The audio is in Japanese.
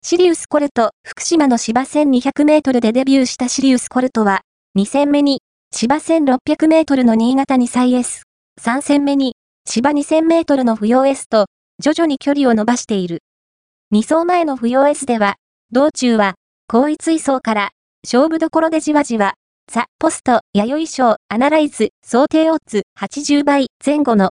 シリウスコルト、福島の芝1200メートルでデビューしたシリウスコルトは、2戦目に、芝1600メートルの新潟2歳 S、3戦目に、芝2000メートルの不要 S と、徐々に距離を伸ばしている。2走前の不要 S では、道中は、後位追走から、勝負どころでじわじわ、ザ・ポスト、弥生賞、アナライズ、想定オッズ80倍前後の